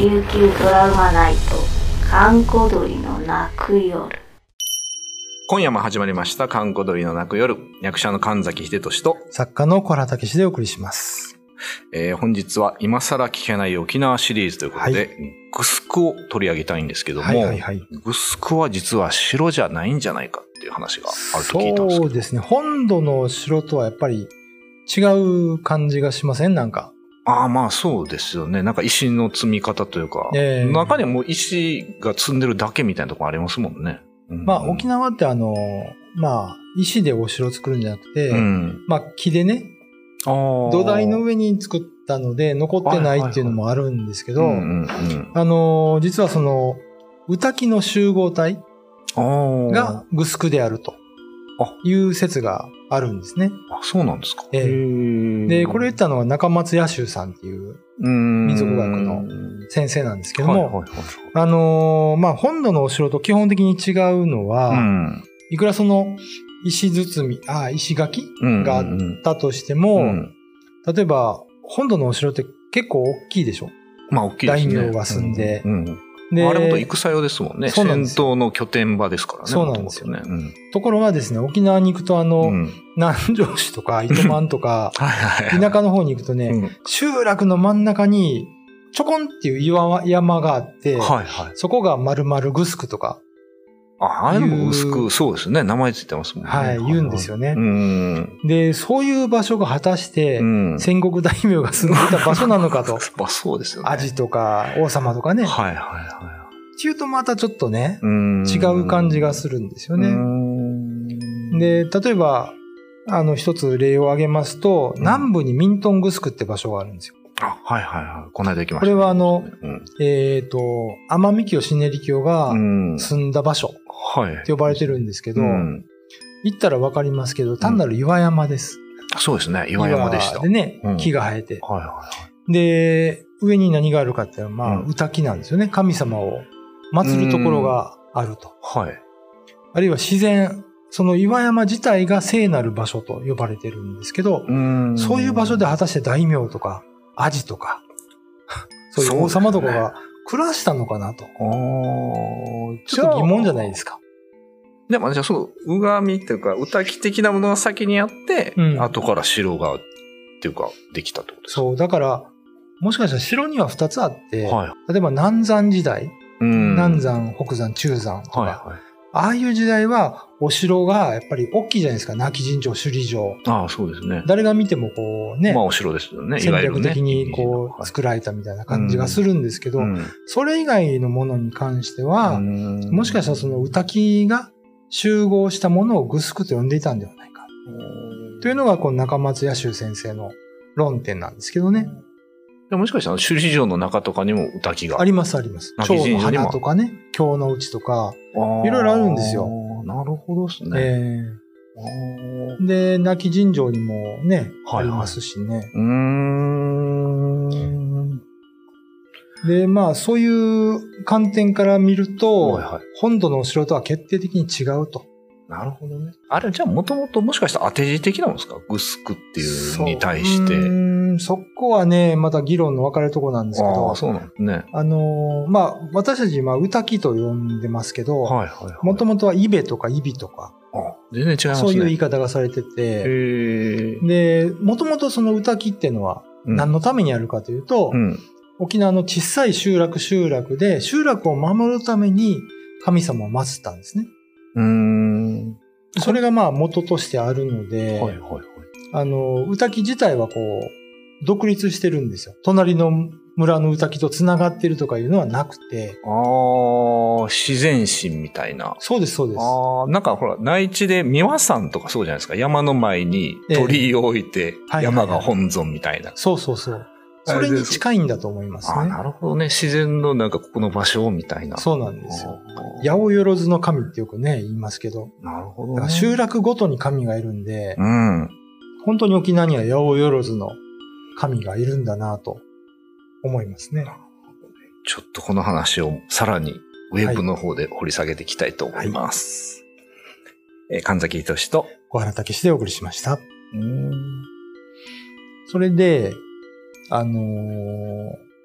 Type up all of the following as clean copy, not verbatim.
琉球ドラマナイト閑古鳥の泣く夜。 今夜も始まりました閑古鳥の泣く夜、役者の神崎秀俊と作家の小原武史でお送りします。 本日は今更聞けない沖縄シリーズということで、はい、グスクを取り上げたいんですけども、グスクは実は城じゃないんじゃないかっていう話があると聞いたんですけど。 そうですね。本土の城とはやっぱり違う感じがしません？なんか。 まあそうですよね。なんか石の積み方というか、中にはもう石が積んでるだけみたいなところありますもんね。 まあ沖縄って石でお城を作るんじゃなくて、木でね、土台の上に作ったので残ってないっていうのもあるんですけど、実はその宇滝の集合体がグスクであるという説があるんですね。 そうなんですか。 で、これ言ったのは中松野州さんっていう民族学の先生なんですけども、本土のお城と基本的に違うのは、いくらその石垣があったとしても、例えば本土のお城って結構大きいでしょ。 大きいですね。 大名が住んで。 で、あれほど戦用ですもんね。戦闘の拠点場ですからね。 そうなんですよね。ところがですね、沖縄に行くと南城市とか糸満とか、田舎の方に行くとね、集落の真ん中にちょこんっていう岩山があって、そこが丸々グスクとか。 あれもグスク、そうですね。名前ついてますもんね。 言うんですよね。で、そういう場所が果たして、戦国大名が住んでいた場所なのかと。 そうですよね。 アジとか王様とかね。っていうとまたちょっとね、違う感じがするんですよね。で、例えば、一つ例を挙げますと、南部にミントングスクって場所があるんですよ。 この間行きました。 これは奄美清、シネリ教が住んだ場所って呼ばれてるんですけど、行ったらわかりますけど、単なる岩山です。 そうですね、岩山でした。 でね、木が生えて。で、上に何があるかっていうのは、宇滝なんですよね。神様を祀るところがあると。あるいは自然、その岩山自体が聖なる場所と呼ばれてるんですけど、そういう場所で果たして大名とか、アジとか、そういう王様とかが暮らしたのかなと。ちょっと疑問じゃないですか。 でも、じゃあそう、宇神っていうか、宇滝的なものが先にあって、後から城が、っていうか、できたってことですか？ そう、だから、もしかしたら城には2つあって、例えば南山時代、南山、北山、中山とか、ああいう時代は、お城がやっぱり大きいじゃないですか。亡き陣城、首里城。 そうですね。 誰が見てもこうね。 お城ですよね。 戦略的にこう作られたみたいな感じがするんですけど、それ以外のものに関しては、もしかしたらその宇滝が集合したものをグスクと呼んでいたんではないか。というのがこの中松野州先生の論点なんですけどね。 もしかしたら首里城の中とかにも宇滝がありますあります。蝶の花とかね、京の内とか、いろいろあるんですよ。 なるほどですね。 で、亡き陣城にもね、ありますしね。で、そういう観点から見ると、本土のお城とは決定的に違うと。 なるほどね。あれ、じゃあもともともしかしたら当て字的なもんですか？グスクっていうに対して。 そこはね、また議論の分かれるところなんですけど。 そうなんですね。 私たち、宇滝と呼んでますけど、もともとはイベとかイビとか。 全然違いますね。 そういう言い方がされてて。で、もともとその宇滝っていうのは何のためにあるかというと、沖縄の小さい集落で、集落を守るために神様を祀ったんですね。それが元としてあるので、宇滝自体はこう、独立してるんですよ。隣の村の宇滝と繋がってるとかいうのはなくて。 自然神みたいな。 そうです、そうです。 なんかほら、内地で三輪山とかそうじゃないですか。山の前に鳥居を置いて、山が本尊みたいな。 そう。それに近いんだと思いますね。 なるほどね。自然のなんかここの場所みたいな。 そうなんですよ。八百万の神ってよくね、言いますけど。 なるほど、 だから集落ごとに神がいるんで、本当に沖縄には八百万の神がいるんだなと思いますね。 ちょっとこの話をさらにウェブの方で掘り下げていきたいと思います。神崎仁と小原武史でお送りしました。それで、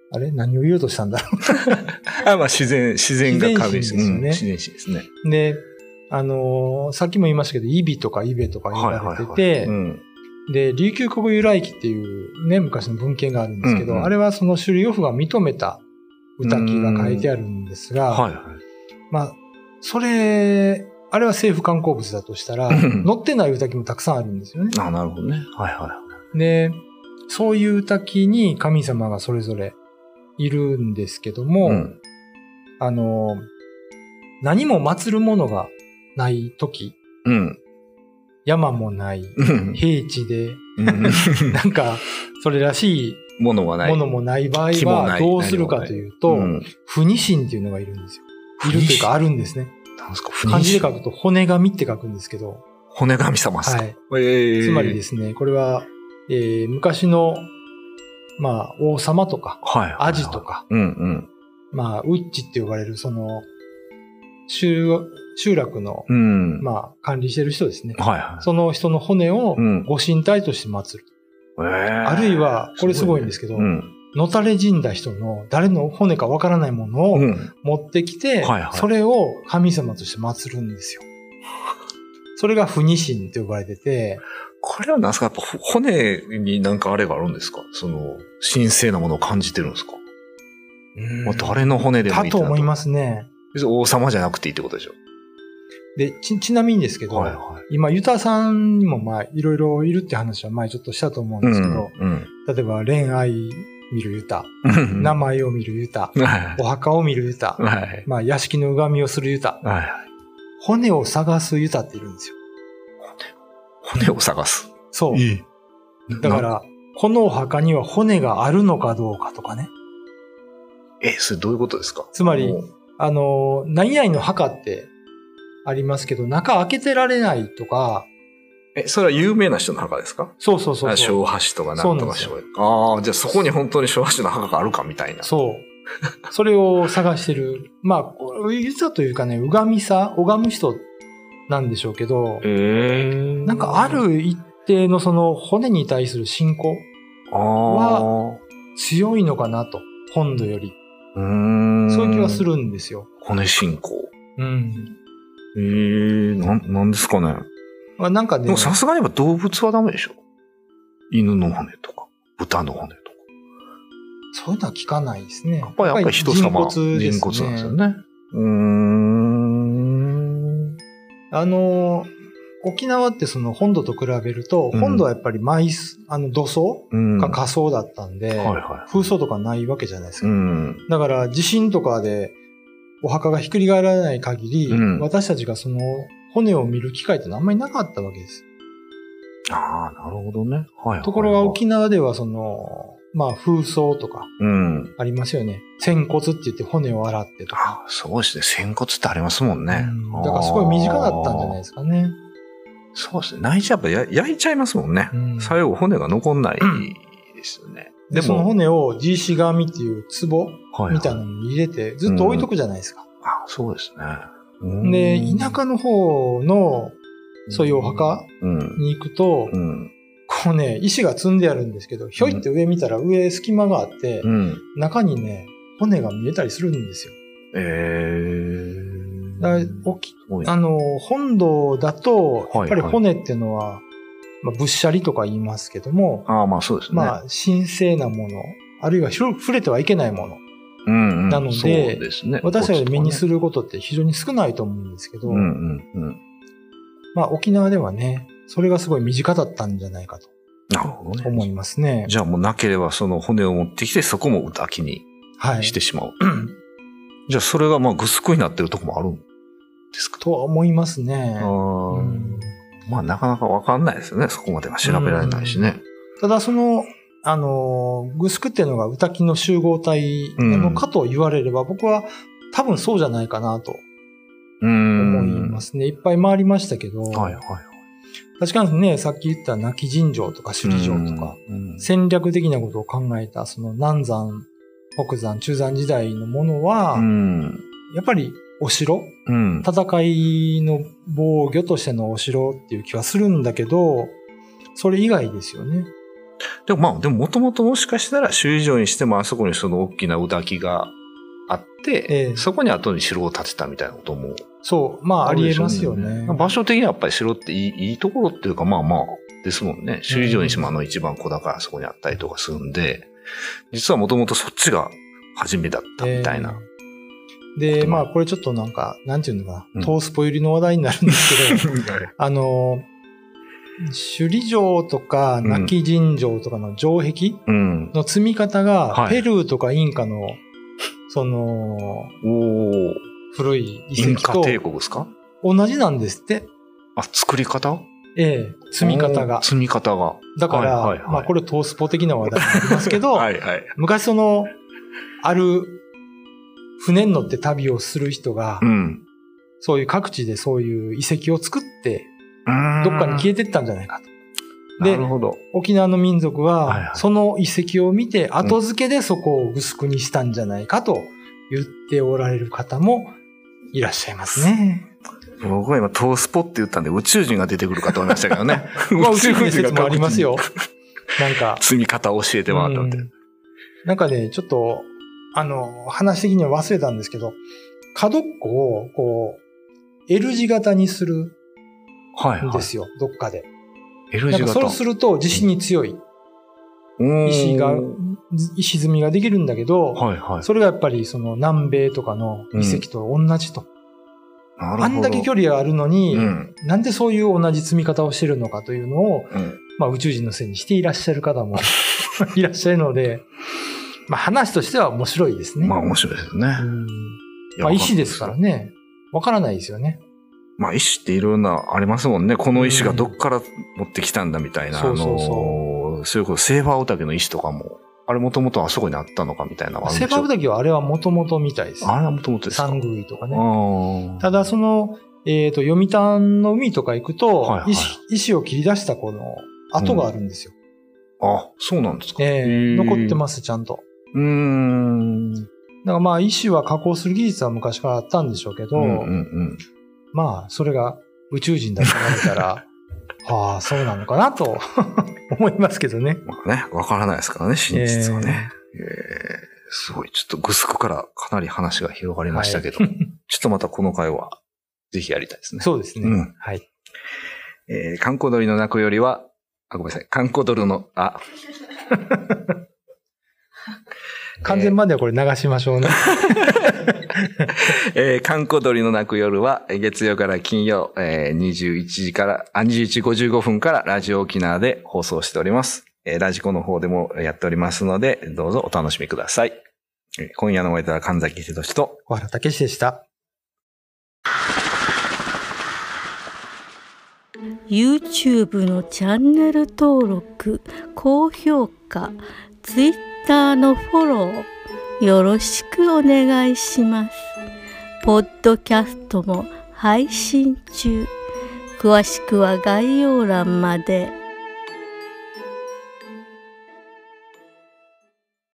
あれ何を言おうとしたんだろうまあ自然が神ですよね。自然神ですね。 で、さっきも言いましたけど、イビとかイベとか言われてて、で、琉球国由来記っていうね、昔の文献があるんですけど、あれはその首里予府が認めた歌記が書いてあるんですが、まあ、あれは政府観光物だとしたら、載ってない歌記もたくさんあるんですよね。 なるほどね。 で、そういう歌記に神様がそれぞれいるんですけども、何も祀るものがない時、山もない、平地で、なんか、それらしいものもない場合はどうするかというと、不二神っていうのがいるんですよ。いるというかあるんですね。漢字で書くと骨神って書くんですけど。 骨神様ですか。 はい。つまりですね、これは、昔の、まあ、王様とか、アジとか、まあ、ウッチって呼ばれる、その、集落の、まあ、管理してる人ですね。その人の骨をご神体として祀る。あるいは、これすごいんですけど、のたれ死んだ人の誰の骨かわからないものを持ってきて、それを神様として祀るんですよ。それが不二神と呼ばれてて、 これは何ですか？やっぱ骨になんかあれがあるんですか？その、神聖なものを感じてるんですか？誰の骨でもいいだと思いますね。 別に王様じゃなくていいってことでしょ。 で、ちなみにですけど、今、ユタさんにもまあ、いろいろいるって話は前ちょっとしたと思うんですけど、例えば恋愛見るユタ、名前を見るユタ、お墓を見るユタ、まあ、屋敷の拝みをするユタ、骨を探すユタっているんですよ。 骨を探す。 そう。だから、このお墓には骨があるのかどうかとかね。 それどういうことですか？ つまり、何々の墓ってありますけど、中開けてられないとか。 それは有名な人の墓ですか？ そう。 小橋とかなんとか小橋。じゃあそこに本当に小橋の墓があるかみたいな。 そう。それを探してる。まあ、言ったというかね、拝む人なんでしょうけど、なんかある一定のその骨に対する信仰は強いのかなと、本土より。そういう気はするんですよ。 骨信仰。なんですかね。 なんかね。 でもさすがには動物はダメでしょ。犬の骨とか、豚の骨とか。 そういうのは聞かないですね。 やっぱり人様。人骨なんですよね。 沖縄ってその本土と比べると、本土はやっぱり土葬が火葬だったんで、風葬とかないわけじゃないですか。だから地震とかでお墓がひっくり返らない限り、私たちがその骨を見る機会ってのはあんまりなかったわけです。 なるほどね。 ところが沖縄ではその、まあ風葬とか、ありますよね。仙骨って言って骨を洗ってとか。 そうですね。仙骨ってありますもんね。 だからすごい身近だったんじゃないですかね。 そうですね。内地やっぱ焼いちゃいますもんね。最後骨が残んないですよね。 でもその骨を地石紙っていう壺みたいなのに入れてずっと置いとくじゃないですか。 そうですね。 で、田舎の方のそういうお墓に行くと、こうね、石が積んであるんですけど、ひょいって上見たら上隙間があって、中にね、骨が見えたりするんですよ。本土だと、やっぱり骨っていうのは、まあ、ぶっしゃりとか言いますけども、 まあそうですね。 まあ、神聖なもの、あるいは触れてはいけないもの。なので、私たちが目にすることって非常に少ないと思うんですけど、まあ沖縄ではね、それがすごい身近だったんじゃないかと。 なるほどね。 思いますね。 じゃあもうなければその骨を持ってきてそこも歌木にしてしまう。じゃあそれがまあグスクになってるとこもあるんですか？ とは思いますね。 まあなかなかわかんないですよね。そこまでは調べられないしね。 ただその、グスクっていうのが歌木の集合体なのかと言われれば、僕は多分そうじゃないかなと思いますね。いっぱい回りましたけど、確かにね、さっき言った亡き尋常とか首里城とか、戦略的なことを考えたその南山、北山、中山時代のものは、やっぱりお城、戦いの防御としてのお城っていう気はするんだけど、それ以外ですよね。 でももともともしかしたら首里城にしてもあそこにその大きな宇滝があって、そこに後に城を建てたみたいなことも。 そう、ありえますよね。 場所的にはやっぱり城っていいところっていうか、ですもんね。首里城にしても一番小高いそこにあったりとかするんで、実はもともとそっちが初めだったみたいな。 で、これちょっとなんていうのかな、トースポ寄りの話題になるんですけど、首里城とか亡き尋城とかの城壁の積み方が、ペルーとかインカの、古い遺跡と、 インカ帝国ですか？ 同じなんですって。 作り方？ 積み方が。 積み方が。 だから、これトースポ的な話題になりますけど、昔ある船に乗って旅をする人が、そういう各地でそういう遺跡を作って、どっかに消えてったんじゃないかと。で、沖縄の民族は、その遺跡を見て、後付けでそこをグスクにしたんじゃないかと言っておられる方もいらっしゃいますね。 僕は今トースポって言ったんで宇宙人が出てくるかと思いましたけどね。 宇宙人説もありますよ。 積み方を教えてもらったみたいな。ちょっと、話的には忘れたんですけど、角っこを、L 字型にするんですよ、どっかで。 L 字型。 そうすると地震に強い石積みができるんだけど、それがやっぱり南米とかの遺跡と同じと。あんだけ距離があるのに、なんでそういう同じ積み方をしてるのかというのを、宇宙人のせいにしていらっしゃる方もいらっしゃるので、話としては面白いですね。 面白いですよね。 石ですからね。わからないですよね。 石っていろんなありますもんね。この石がどっから持ってきたんだみたいな。そういうこと、セーバーオタケの石とかも、あれもともとあそこにあったのかみたいなのがあるんでしょ。 セーバーオタケはあれはもともとみたいです。 あれはもともとですか。 三宮とかね。ただ読谷の海とか行くと、石を切り出したこの跡があるんですよ。 そうなんですか。 残ってます、ちゃんと。だから石は加工する技術は昔からあったんでしょうけど、それが宇宙人だと言われたら、そうなのかなと思いますけどね。 わからないですからね、真実はね。すごい、ちょっとグスクからかなり話が広がりましたけど、ちょっとまたこの回はぜひやりたいですね。 そうですね。はい。 観光鳥の鳴くよりは、ごめんなさい、観光鳥の、 完全まではこれ流しましょうね。 観光鳥の鳴く夜は月曜から金曜、21時55分からラジオ沖縄で放送しております。ラジコの方でもやっておりますので、どうぞお楽しみください。今夜のお相手は神崎秀俊と小原武史でした。 YouTube のチャンネル登録、高評価、Twitter のフォロー、よろしくお願いします。ポッドキャストも配信中。詳しくは概要欄まで。